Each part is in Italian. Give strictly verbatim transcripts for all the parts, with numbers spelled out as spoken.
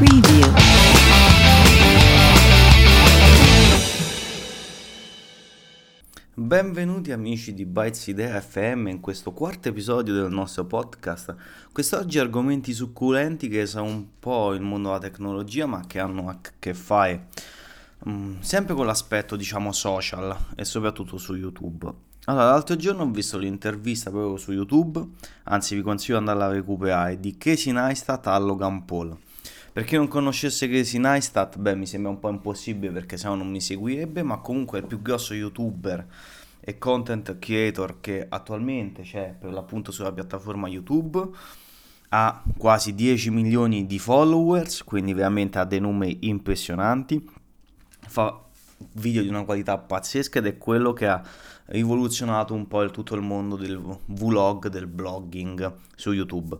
Preview. Benvenuti amici di Bytes Idea F M in questo quarto episodio del nostro podcast. Quest'oggi argomenti succulenti che sono un po' il mondo della tecnologia, ma che hanno a che fare um, sempre con l'aspetto, diciamo, social e soprattutto su YouTube. Allora, l'altro giorno ho visto l'intervista proprio su YouTube, anzi vi consiglio di andarla a recuperare, di Casey Neistat a Logan Paul. Per chi non conoscesse Casey Neistat, beh, mi sembra un po' impossibile perché sennò non mi seguirebbe, ma comunque è il più grosso YouTuber e content creator che attualmente c'è per l'appunto sulla piattaforma YouTube. Ha quasi dieci milioni di followers, quindi veramente ha dei numeri impressionanti. Fa video di una qualità pazzesca ed è quello che ha rivoluzionato un po' il, tutto il mondo del vlog, del blogging su YouTube.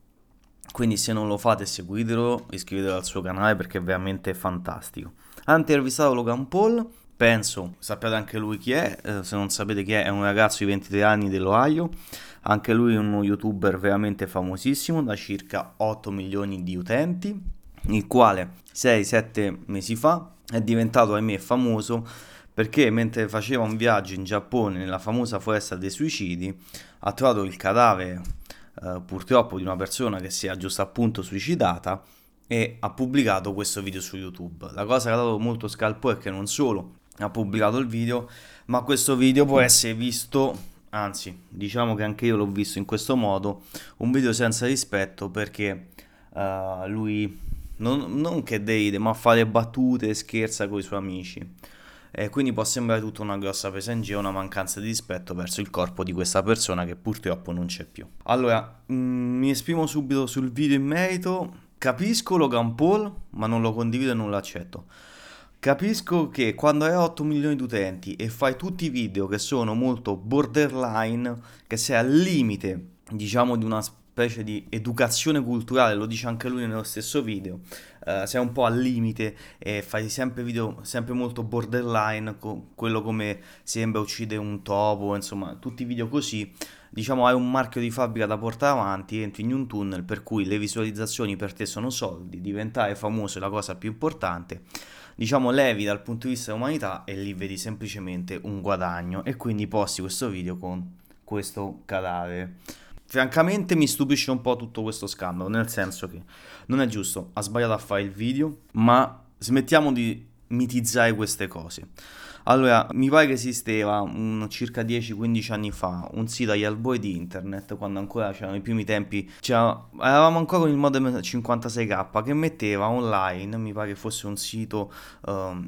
Quindi se non lo fate seguitelo, iscrivetevi al suo canale perché è veramente fantastico. Ha intervistato Logan Paul, penso sappiate anche lui chi è, eh, se non sapete chi è è un ragazzo di ventitré anni dell'Ohio, anche lui è uno youtuber veramente famosissimo da circa otto milioni di utenti, il quale sei sette mesi fa è diventato ahimè famoso perché mentre faceva un viaggio in Giappone nella famosa foresta dei suicidi ha trovato il cadavere Uh, purtroppo di una persona che si è giusto appunto suicidata e ha pubblicato questo video su YouTube. La cosa che ha dato molto scalpo è che non solo ha pubblicato il video, ma questo video può essere visto, anzi diciamo che anche io l'ho visto in questo modo, un video senza rispetto perché uh, lui non, non che ride ma fa le battute e scherza con i suoi amici. E quindi può sembrare tutta una grossa presa in giro, una mancanza di rispetto verso il corpo di questa persona che purtroppo non c'è più. Allora, mh, mi esprimo subito sul video in merito. Capisco Logan Paul, ma non lo condivido e non lo accetto. Capisco che quando hai otto milioni di utenti e fai tutti i video che sono molto borderline, che sei al limite, diciamo, di una specie di educazione culturale, lo dice anche lui nello stesso video, uh, sei un po' al limite e fai sempre video sempre molto borderline, co- quello come sembra uccidere un topo, insomma tutti i video così, diciamo hai un marchio di fabbrica da portare avanti, entri in un tunnel per cui le visualizzazioni per te sono soldi, diventare famoso è la cosa più importante, diciamo levi dal punto di vista dell'umanità e lì vedi semplicemente un guadagno e quindi posti questo video con questo cadavere. Francamente mi stupisce un po' tutto questo scandalo, nel senso che non è giusto, ha sbagliato a fare il video, ma smettiamo di mitizzare queste cose. Allora, mi pare che esisteva un, circa dieci quindici anni fa un sito agli albori di internet, quando ancora c'erano i primi tempi, c'era, eravamo ancora con il modem cinquantasei K che metteva online, mi pare che fosse un sito um,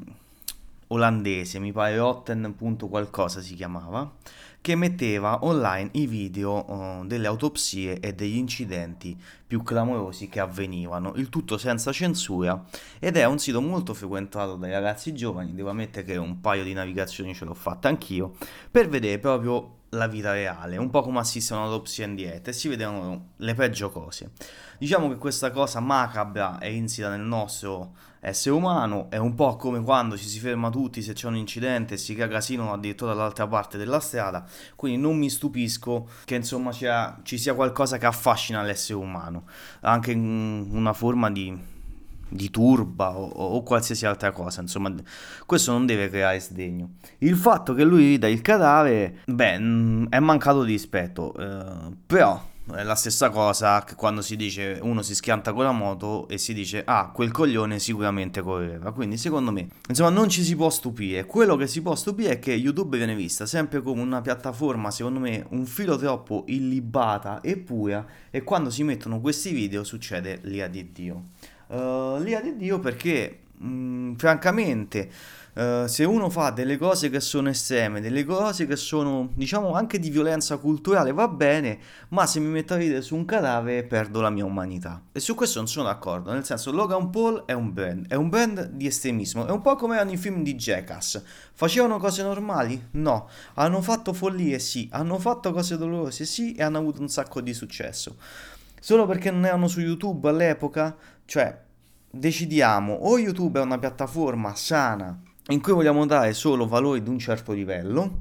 olandese, mi pare Rotten. Qualcosa si chiamava, che metteva online i video uh, delle autopsie e degli incidenti più clamorosi che avvenivano, il tutto senza censura, ed è un sito molto frequentato dai ragazzi giovani. Devo ammettere che un paio di navigazioni ce l'ho fatta anch'io per vedere proprio la vita reale, un po' come assistere a un'autopsia in diretta e si vedevano le peggio cose. Diciamo che questa cosa macabra è insita nel nostro essere umano, è un po' come quando ci si ferma tutti se c'è un incidente e si crea casino addirittura dall'altra parte della strada, quindi non mi stupisco che insomma cia, ci sia qualcosa che affascina l'essere umano, anche in una forma di di turba o, o qualsiasi altra cosa, insomma questo non deve creare sdegno. Il fatto che lui rida il cadavere, beh, mh, è mancato di rispetto, eh, però è la stessa cosa che quando si dice uno si schianta con la moto e si dice ah, quel coglione sicuramente correva. Quindi secondo me insomma non ci si può stupire. Quello che si può stupire è che YouTube viene vista sempre come una piattaforma, secondo me un filo troppo illibata e pura, e quando si mettono questi video succede l'ira di Dio. Uh, l'ira di Dio perché mh, francamente uh, se uno fa delle cose che sono estreme, delle cose che sono diciamo anche di violenza culturale, va bene, ma se mi metto a ridere su un cadavere perdo la mia umanità, e su questo non sono d'accordo. Nel senso, Logan Paul è un brand, è un brand di estremismo, è un po' come erano i film di Jackass. Facevano cose normali? No. Hanno fatto follie? Sì. Hanno fatto cose dolorose? Sì, e hanno avuto un sacco di successo. Solo perché non erano su YouTube all'epoca? Cioè, decidiamo, o YouTube è una piattaforma sana in cui vogliamo dare solo valori di un certo livello,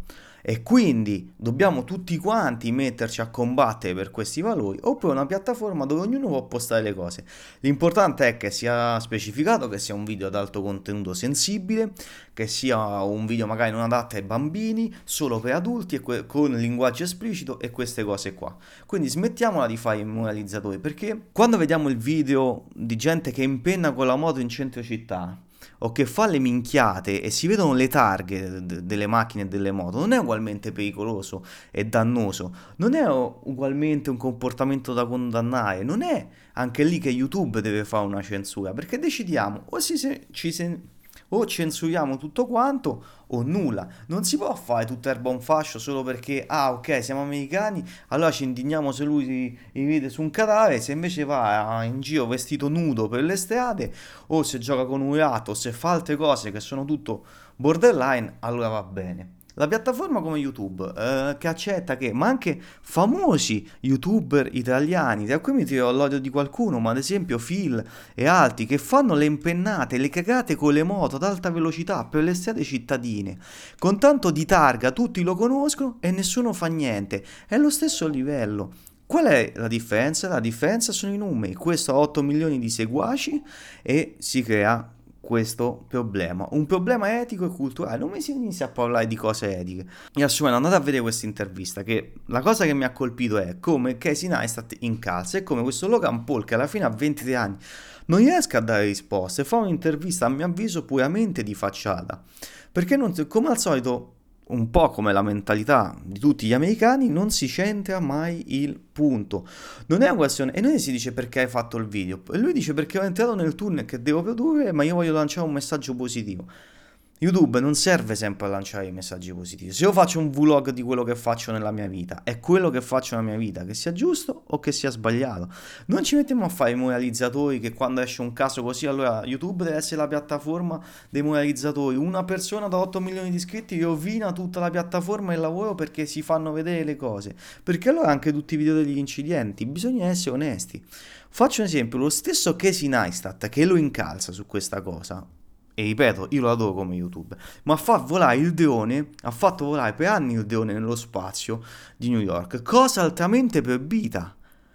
e quindi dobbiamo tutti quanti metterci a combattere per questi valori, oppure una piattaforma dove ognuno può postare le cose. L'importante è che sia specificato, che sia un video ad alto contenuto sensibile, che sia un video magari non adatto ai bambini, solo per adulti e que- con linguaggio esplicito e queste cose qua. Quindi smettiamola di fare i moralizzatori, perché quando vediamo il video di gente che impenna con la moto in centro città o che fa le minchiate e si vedono le targhe d- delle macchine e delle moto, non è ugualmente pericoloso e dannoso, non è u- ugualmente un comportamento da condannare, non è anche lì che YouTube deve fare una censura, perché decidiamo o si se- ci sen- o censuriamo tutto quanto o nulla. Non si può fare tutta erba un fascio solo perché, ah ok, siamo americani, allora ci indigniamo se lui si, si vede su un cadavere, se invece va in giro vestito nudo per le strade, o se gioca con un gatto, o se fa altre cose che sono tutto borderline, allora va bene. La piattaforma come YouTube, eh, che accetta che, ma anche famosi YouTuber italiani, tra cui mi tiro l'odio di qualcuno, ma ad esempio Phil e altri, che fanno le impennate, le cagate con le moto ad alta velocità per le strade cittadine, con tanto di targa, tutti lo conoscono e nessuno fa niente, è lo stesso livello. Qual è la differenza? La differenza sono i numeri. Questo ha otto milioni di seguaci e si crea questo problema. Un problema etico e culturale. Non mi si inizia a parlare di cose etiche. Riassumendo, andate a vedere questa intervista, che la cosa che mi ha colpito è come Casey Neistat incalza e come questo Logan Paul, che alla fine ha ventitré anni, non riesca a dare risposte, fa un'intervista a mio avviso puramente di facciata. Perché non, come al solito, un po' come la mentalità di tutti gli americani, non si centra mai il punto. Non è una questione. E noi si dice perché hai fatto il video. E lui dice perché ho entrato nel tunnel che devo produrre, ma io voglio lanciare un messaggio positivo. YouTube non serve sempre a lanciare i messaggi positivi. Se io faccio un vlog di quello che faccio nella mia vita, è quello che faccio nella mia vita, che sia giusto o che sia sbagliato. Non ci mettiamo a fare i moralizzatori che quando esce un caso così, allora YouTube deve essere la piattaforma dei moralizzatori. Una persona da otto milioni di iscritti rovina tutta la piattaforma e il lavoro perché si fanno vedere le cose. Perché allora anche tutti i video degli incidenti, bisogna essere onesti. Faccio un esempio, lo stesso Casey Neistat che lo incalza su questa cosa, e ripeto, io lo adoro come YouTube, ma fa volare il drone, ha fatto volare per anni il drone nello spazio di New York, cosa altamente proibita.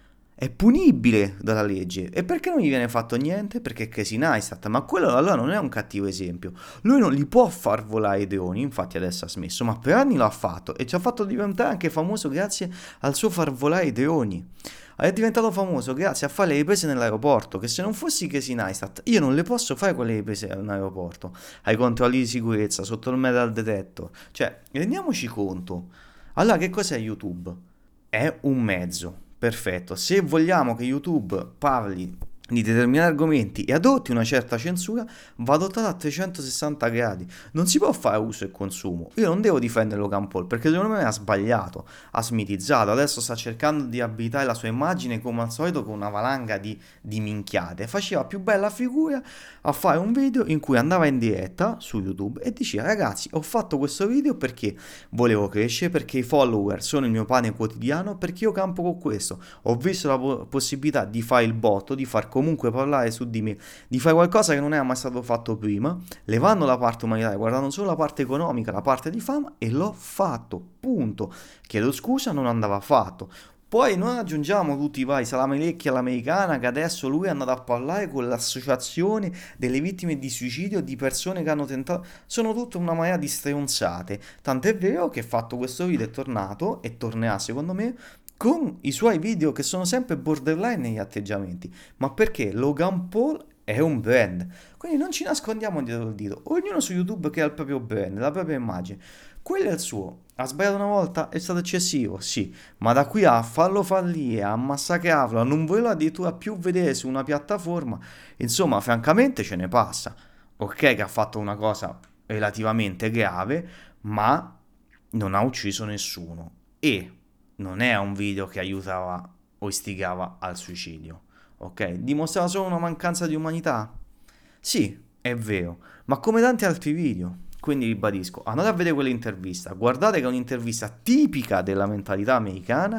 È punibile dalla legge. E perché non gli viene fatto niente? Perché è Casey Neistat, ma quello allora non è un cattivo esempio. Lui non li può far volare i droni, infatti adesso ha smesso, ma per anni lo ha fatto e ci ha fatto diventare anche famoso grazie al suo far volare i droni. È diventato famoso grazie a fare le riprese nell'aeroporto, che se non fossi Casey Neistat io non le posso fare quelle riprese in aeroporto, ai controlli di sicurezza, sotto il metal detector. Cioè, rendiamoci conto. Allora, che cos'è YouTube? È un mezzo, perfetto. Se vogliamo che YouTube parli di determinati argomenti e adotti una certa censura, va adottata a trecentosessanta gradi. Non si può fare uso e consumo. Io non devo difendere Logan Paul perché secondo me ha sbagliato, ha smitizzato. Adesso sta cercando di abilitare la sua immagine come al solito con una valanga di, di minchiate. Faceva più bella figura a fare un video in cui andava in diretta su YouTube e diceva: ragazzi, ho fatto questo video perché volevo crescere, perché i follower sono il mio pane quotidiano, perché io campo con questo. Ho visto la po- possibilità di fare il botto, di far comunque parlare su di me, di fare qualcosa che non è mai stato fatto prima, levando la parte umanitaria, guardando solo la parte economica, la parte di fama, e l'ho fatto, punto. Chiedo scusa, non andava fatto. Poi noi aggiungiamo tutti i vari salamelecchi all'americana che adesso lui è andato a parlare con l'associazione delle vittime di suicidio di persone che hanno tentato. Sono tutta una marea di stronzate. Tant'è vero che fatto questo video è tornato e tornerà secondo me con i suoi video che sono sempre borderline negli atteggiamenti. Ma perché Logan Paul è un brand. Quindi non ci nascondiamo dietro il dito. Ognuno su YouTube che ha il proprio brand, la propria immagine. Quello è il suo. Ha sbagliato una volta? È stato eccessivo? Sì. Ma da qui a farlo fallire, a massacrarlo, a non volerlo addirittura più vedere su una piattaforma, insomma, francamente ce ne passa. Ok che ha fatto una cosa relativamente grave, ma non ha ucciso nessuno. E non è un video che aiutava o istigava al suicidio. Ok? Dimostrava solo una mancanza di umanità? Sì, è vero, ma come tanti altri video. Quindi ribadisco, andate a vedere quell'intervista, guardate che è un'intervista tipica della mentalità americana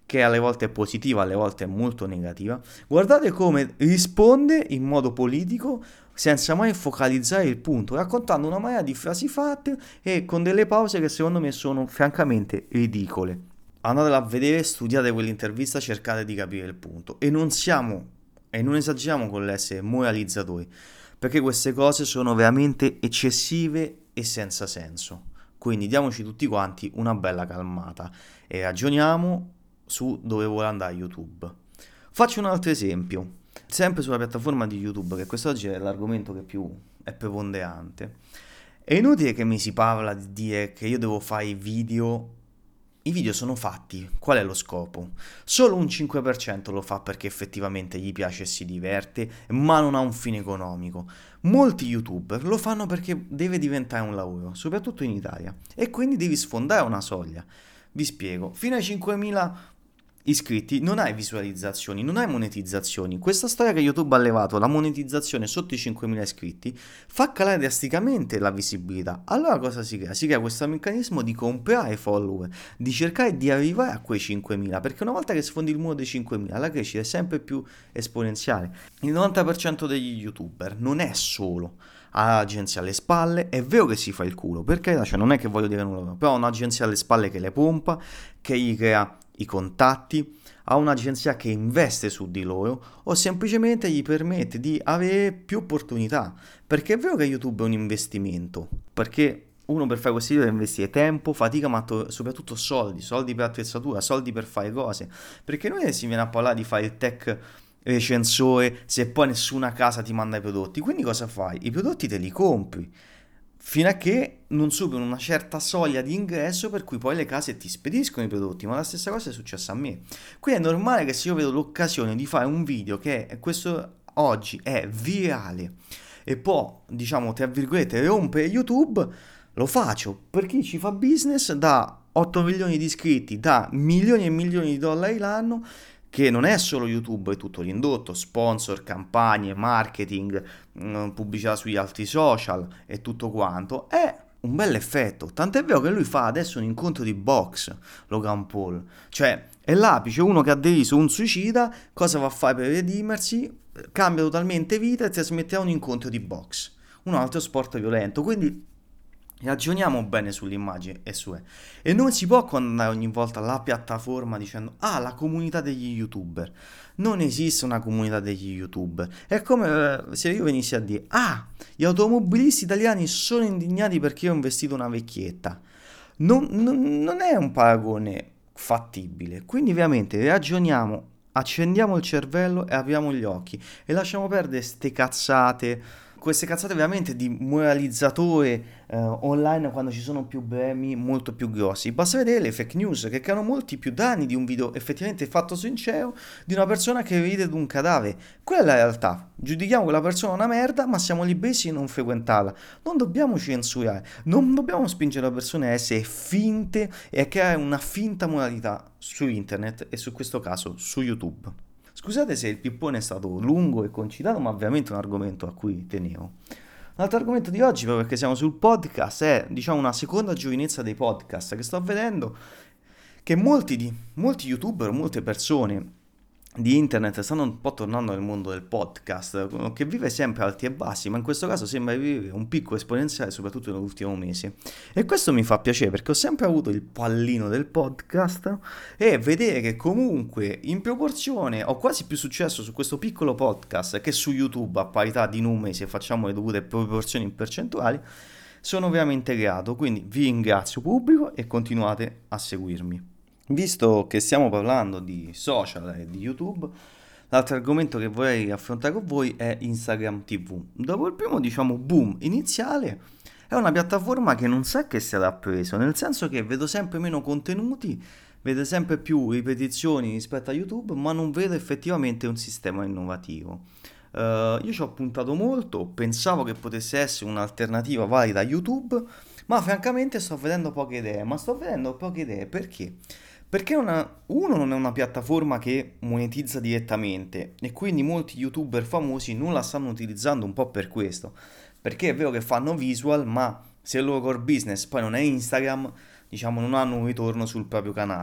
che alle volte è positiva, alle volte è molto negativa. Guardate come risponde in modo politico senza mai focalizzare il punto, raccontando una marea di frasi fatte e con delle pause che secondo me sono francamente ridicole. Andatela a vedere, studiate quell'intervista, cercate di capire il punto. E non siamo, e non esageriamo con l'essere moralizzatori, perché queste cose sono veramente eccessive e senza senso. Quindi diamoci tutti quanti una bella calmata e ragioniamo su dove vuole andare YouTube. Faccio un altro esempio, sempre sulla piattaforma di YouTube, che quest'oggi è l'argomento che più è preponderante. È inutile che mi si parla di dire che io devo fare i video. I video sono fatti, qual è lo scopo? Solo un cinque per cento lo fa perché effettivamente gli piace e si diverte, ma non ha un fine economico. Molti YouTuber lo fanno perché deve diventare un lavoro, soprattutto in Italia, e quindi devi sfondare una soglia. Vi spiego, fino ai cinquemila iscritti non hai visualizzazioni, non hai monetizzazioni. Questa storia che YouTube ha levato la monetizzazione sotto i cinquemila iscritti fa calare drasticamente la visibilità. Allora cosa si crea? Si crea questo meccanismo di comprare follower, di cercare di arrivare a quei cinquemila, perché una volta che sfondi il muro dei cinquemila la crescita è sempre più esponenziale. Il novanta per cento degli YouTuber non è solo ha l'agenzia alle spalle, è vero che si fa il culo, perché cioè non è che voglio dire nulla, però ha un'agenzia alle spalle che le pompa, che gli crea i contatti, ha un'agenzia che investe su di loro o semplicemente gli permette di avere più opportunità, perché è vero che YouTube è un investimento, perché uno per fare questi video deve investire tempo, fatica, ma to- soprattutto soldi, soldi per attrezzatura, soldi per fare cose, perché noi si viene a parlare di fare il tech recensore se poi nessuna casa ti manda i prodotti, quindi cosa fai? I prodotti te li compri fino a che non superano una certa soglia di ingresso per cui poi le case ti spediscono i prodotti, ma la stessa cosa è successa a me. Quindi è normale che se io vedo l'occasione di fare un video che è questo oggi è virale e può, diciamo, tra virgolette, rompere YouTube, lo faccio. Per chi ci fa business da otto milioni di iscritti, da milioni e milioni di dollari l'anno, che non è solo YouTube, è tutto l'indotto, sponsor, campagne, marketing, mh, pubblicità sugli altri social e tutto quanto, è un bel effetto. Tant'è vero che lui fa adesso un incontro di box, Logan Paul. Cioè, è l'apice, uno che ha deriso un suicida, cosa va a fare per redimersi? Cambia totalmente vita e trasmetterà un incontro di box, un altro sport violento. Quindi ragioniamo bene sull'immagine e su e non si può condannare ogni volta la piattaforma dicendo ah, la comunità degli youtuber. Non esiste una comunità degli youtuber. È come eh, se io venissi a dire ah, gli automobilisti italiani sono indignati perché io ho investito una vecchietta. Non, non- non è un paragone fattibile. Quindi veramente ragioniamo, accendiamo il cervello e apriamo gli occhi e lasciamo perdere ste cazzate, queste cazzate veramente di moralizzatore eh, online quando ci sono problemi molto più grossi. Basta vedere le fake news che creano molti più danni di un video effettivamente fatto sincero di una persona che ride di un cadavere. Quella è la realtà. Giudichiamo quella persona una merda, ma siamo liberi di non frequentarla. Non dobbiamo censurare, non dobbiamo spingere le persone a essere finte e a creare una finta moralità su internet e su questo caso su YouTube. Scusate se il pippone è stato lungo e concitato, ma ovviamente è un argomento a cui tenevo. L'altro argomento di oggi, proprio perché siamo sul podcast, è diciamo una seconda giovinezza dei podcast che sto vedendo, che molti, di, molti youtuber, molte persone di internet stanno un po' tornando nel mondo del podcast, che vive sempre alti e bassi, ma in questo caso sembra vivere un picco esponenziale, soprattutto nell'ultimo mese. E questo mi fa piacere perché ho sempre avuto il pallino del podcast e vedere che comunque in proporzione ho quasi più successo su questo piccolo podcast che su YouTube a parità di numeri, se facciamo le dovute proporzioni in percentuali, sono veramente grato. Quindi vi ringrazio pubblico e continuate a seguirmi. Visto che stiamo parlando di social e di YouTube, l'altro argomento che vorrei affrontare con voi è Instagram T V. Dopo il primo, diciamo, boom iniziale, è una piattaforma che non sa che si è preso, nel senso che vedo sempre meno contenuti, vedo sempre più ripetizioni rispetto a YouTube, ma non vedo effettivamente un sistema innovativo. Uh, io ci ho puntato molto, pensavo che potesse essere un'alternativa valida a YouTube, ma francamente sto vedendo poche idee. Ma sto vedendo poche idee perché? Perché non è- uno non è una piattaforma che monetizza direttamente e quindi molti youtuber famosi non la stanno utilizzando un po' per questo. Perché è vero che fanno visual, ma se il loro core business poi non è Instagram, diciamo non hanno un ritorno sul proprio canale.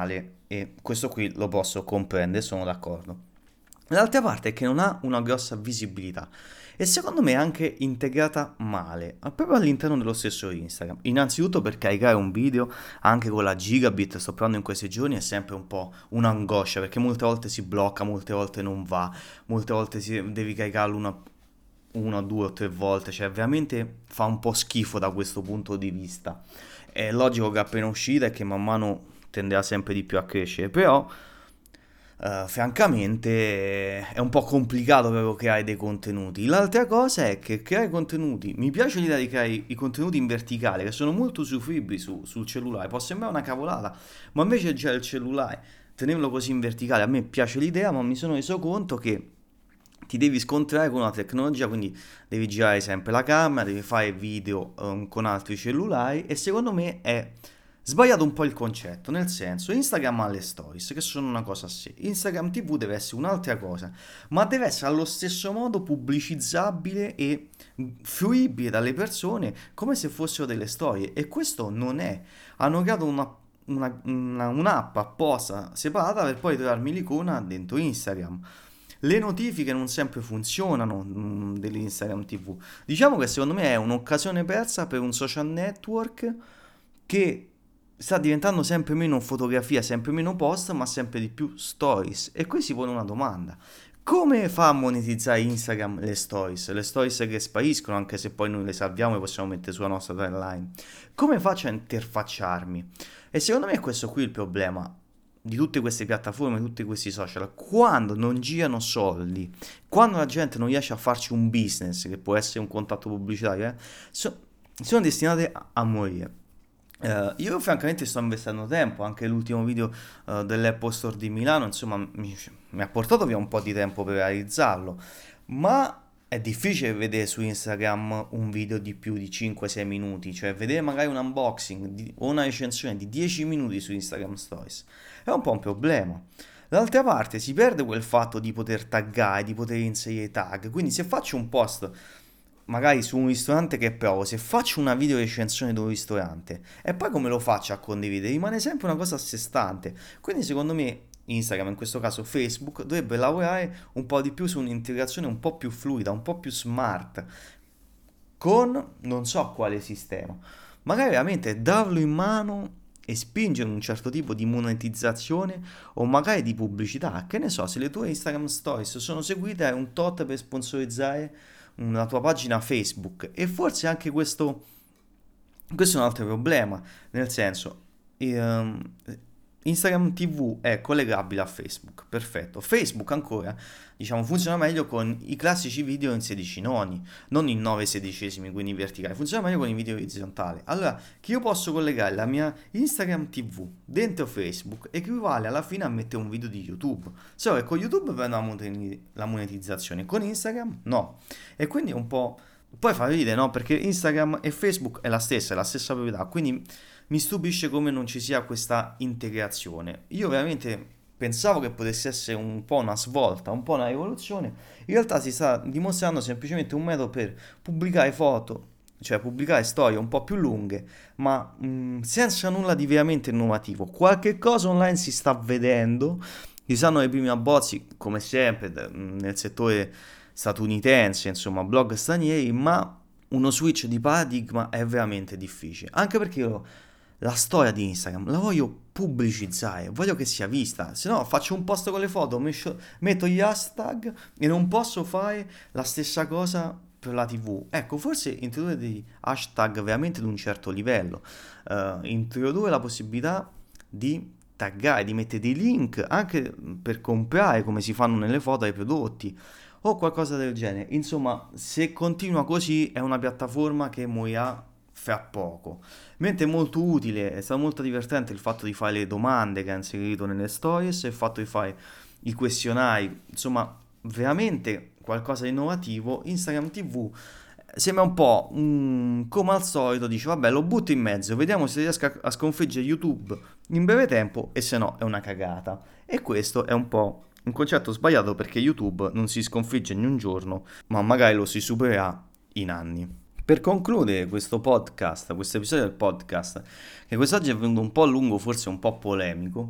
e questo qui lo posso comprendere, sono d'accordo. L'altra parte è che non ha una grossa visibilità e secondo me è anche integrata male, ma proprio all'interno dello stesso Instagram. Innanzitutto per caricare un video anche con la gigabit, sto provando in questi giorni, è sempre un po' un'angoscia perché molte volte si blocca, molte volte non va, molte volte si- devi caricarlo una, una, due o tre volte, cioè veramente fa un po' schifo da questo punto di vista. È logico che appena uscita e che man mano tenderà sempre di più a crescere, però eh, francamente è un po' complicato proprio creare dei contenuti. L'altra cosa è che creare contenuti, mi piace l'idea di creare i contenuti in verticale che sono molto usufruibili su- sul cellulare, può sembrare una cavolata, ma invece già il cellulare, tenerlo così in verticale, a me piace l'idea, ma mi sono reso conto che ti devi scontrare con una tecnologia, quindi devi girare sempre la camera, devi fare video ehm, con altri cellulari e secondo me è sbagliato un po' il concetto, nel senso Instagram ha le stories che sono una cosa a sé, Instagram T V deve essere un'altra cosa, ma deve essere allo stesso modo pubblicizzabile e fruibile dalle persone come se fossero delle storie e questo non è. Hanno creato una una- una- un'app apposta separata per poi trovarmi l'icona dentro Instagram. Le notifiche non sempre funzionano mm, dell'Instagram T V. Diciamo che secondo me è un'occasione persa per un social network che sta diventando sempre meno fotografia, sempre meno post, ma sempre di più stories. E qui si pone una domanda. Come fa a monetizzare Instagram le stories? Le stories che spariscono, anche se poi noi le salviamo e possiamo mettere sulla nostra timeline. Come faccio a interfacciarmi? E secondo me è questo qui il problema di tutte queste piattaforme, di tutti questi social. Quando non girano soldi, quando la gente non riesce a farci un business, che può essere un contatto pubblicitario, eh, so- sono destinate a, a morire. Eh, io francamente sto investendo tempo, anche l'ultimo video eh, dell'Apple Store di Milano, insomma, mi, mi ha portato via un po' di tempo per realizzarlo, ma è difficile vedere su Instagram un video di più di cinque sei minuti, cioè vedere magari un unboxing di- o una recensione di dieci minuti su Instagram Stories è un po' un problema. D'altra parte si perde quel fatto di poter taggare, di poter inserire tag, quindi se faccio un post magari su un ristorante che provo, se faccio una video recensione di un ristorante e poi come lo faccio a condividere, rimane sempre una cosa a sé stante. Quindi secondo me Instagram, in questo caso Facebook, dovrebbe lavorare un po' di più su un'integrazione un po' più fluida, un po' più smart, con non so quale sistema. Magari veramente darlo in mano e spingere un certo tipo di monetizzazione o magari di pubblicità. Che ne so, se le tue Instagram Stories sono seguite, hai un tot per sponsorizzare la tua pagina Facebook. E forse anche questo, questo è un altro problema, nel senso, ehm, Instagram T V è collegabile a Facebook, perfetto. Facebook ancora, diciamo, funziona meglio con i classici video in sedici noni, non in nove sedicesimi, quindi verticali, funziona meglio con i video orizzontali. Allora, che io posso collegare la mia Instagram T V dentro Facebook equivale alla fine a mettere un video di YouTube. Solo che con YouTube prendo la moneti- la monetizzazione, con Instagram no. E quindi è un po'. Poi fa ridere, no? Perché Instagram e Facebook è la stessa, è la stessa proprietà, quindi mi stupisce come non ci sia questa integrazione. Io veramente pensavo che potesse essere un po' una svolta, un po' una rivoluzione. In realtà si sta dimostrando semplicemente un metodo per pubblicare foto, cioè pubblicare storie un po' più lunghe, ma mh, senza nulla di veramente innovativo. Qualche cosa online si sta vedendo, ci sono i primi abbozzi, come sempre, d- nel settore statunitense, insomma, blog stranieri, ma uno switch di paradigma è veramente difficile. Anche perché io la storia di Instagram la voglio pubblicizzare, voglio che sia vista, se no faccio un post con le foto, mescio- metto gli hashtag e non posso fare la stessa cosa per la T V. Ecco, forse introdurre dei hashtag veramente di un certo livello, eh, introdurre la possibilità di taggare, di mettere dei link anche per comprare come si fanno nelle foto ai prodotti o qualcosa del genere. Insomma, se continua così è una piattaforma che morirà fra poco. Mentre è molto utile, è stato molto divertente il fatto di fare le domande che ha inserito nelle stories, il fatto di fare i questionari, insomma, veramente qualcosa di innovativo. Instagram T V sembra un po' mm, come al solito, dice vabbè lo butto in mezzo, vediamo se riesco a, a sconfiggere YouTube in breve tempo e se no è una cagata. E questo è un po' un concetto sbagliato perché YouTube non si sconfigge in un giorno, ma magari lo si supererà in anni. Per concludere questo podcast, questo episodio del podcast, che quest'oggi è venuto un po' lungo, forse un po' polemico,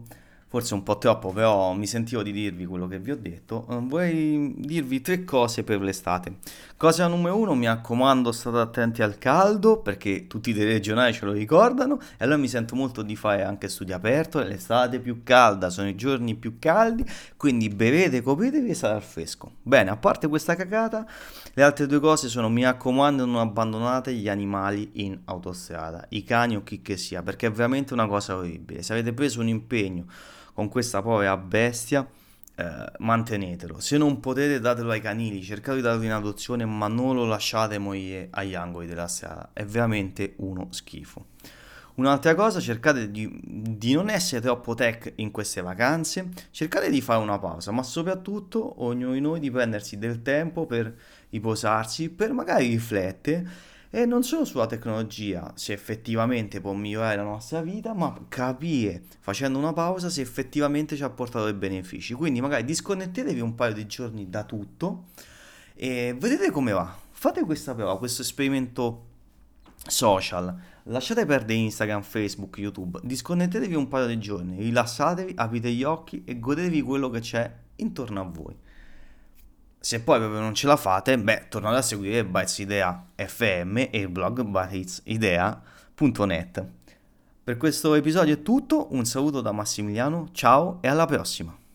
forse un po' troppo, però mi sentivo di dirvi quello che vi ho detto. Eh, vorrei dirvi tre cose per l'estate. Cosa numero uno, mi raccomando, state attenti al caldo, perché tutti i telegiornali ce lo ricordano, e allora mi sento molto di fare anche studio aperto, è l'estate più calda, sono i giorni più caldi, quindi bevete, copritevi e state al fresco. Bene, a parte questa cagata, le altre due cose sono, mi raccomando, non abbandonate gli animali in autostrada, i cani o chi che sia, perché è veramente una cosa orribile. Se avete preso un impegno con questa povera bestia, eh, mantenetelo. Se non potete, datelo ai canili, cercate di darlo in adozione, ma non lo lasciate morire agli angoli della strada. È veramente uno schifo. Un'altra cosa, cercate di, di non essere troppo tech in queste vacanze, cercate di fare una pausa, ma soprattutto ognuno di noi di prendersi del tempo per riposarsi, per magari riflettere e non solo sulla tecnologia, se effettivamente può migliorare la nostra vita, ma capire facendo una pausa se effettivamente ci ha portato dei benefici. Quindi magari disconnettetevi un paio di giorni da tutto e vedete come va. Fate questa prova, questo esperimento social. Lasciate perdere Instagram, Facebook, YouTube. Disconnettetevi un paio di giorni, rilassatevi, aprite gli occhi e godetevi quello che c'è intorno a voi. Se poi proprio non ce la fate, beh, tornate a seguire Bytes Idea F M e il blog bytes idea punto net. Per questo episodio è tutto, un saluto da Massimiliano, ciao e alla prossima!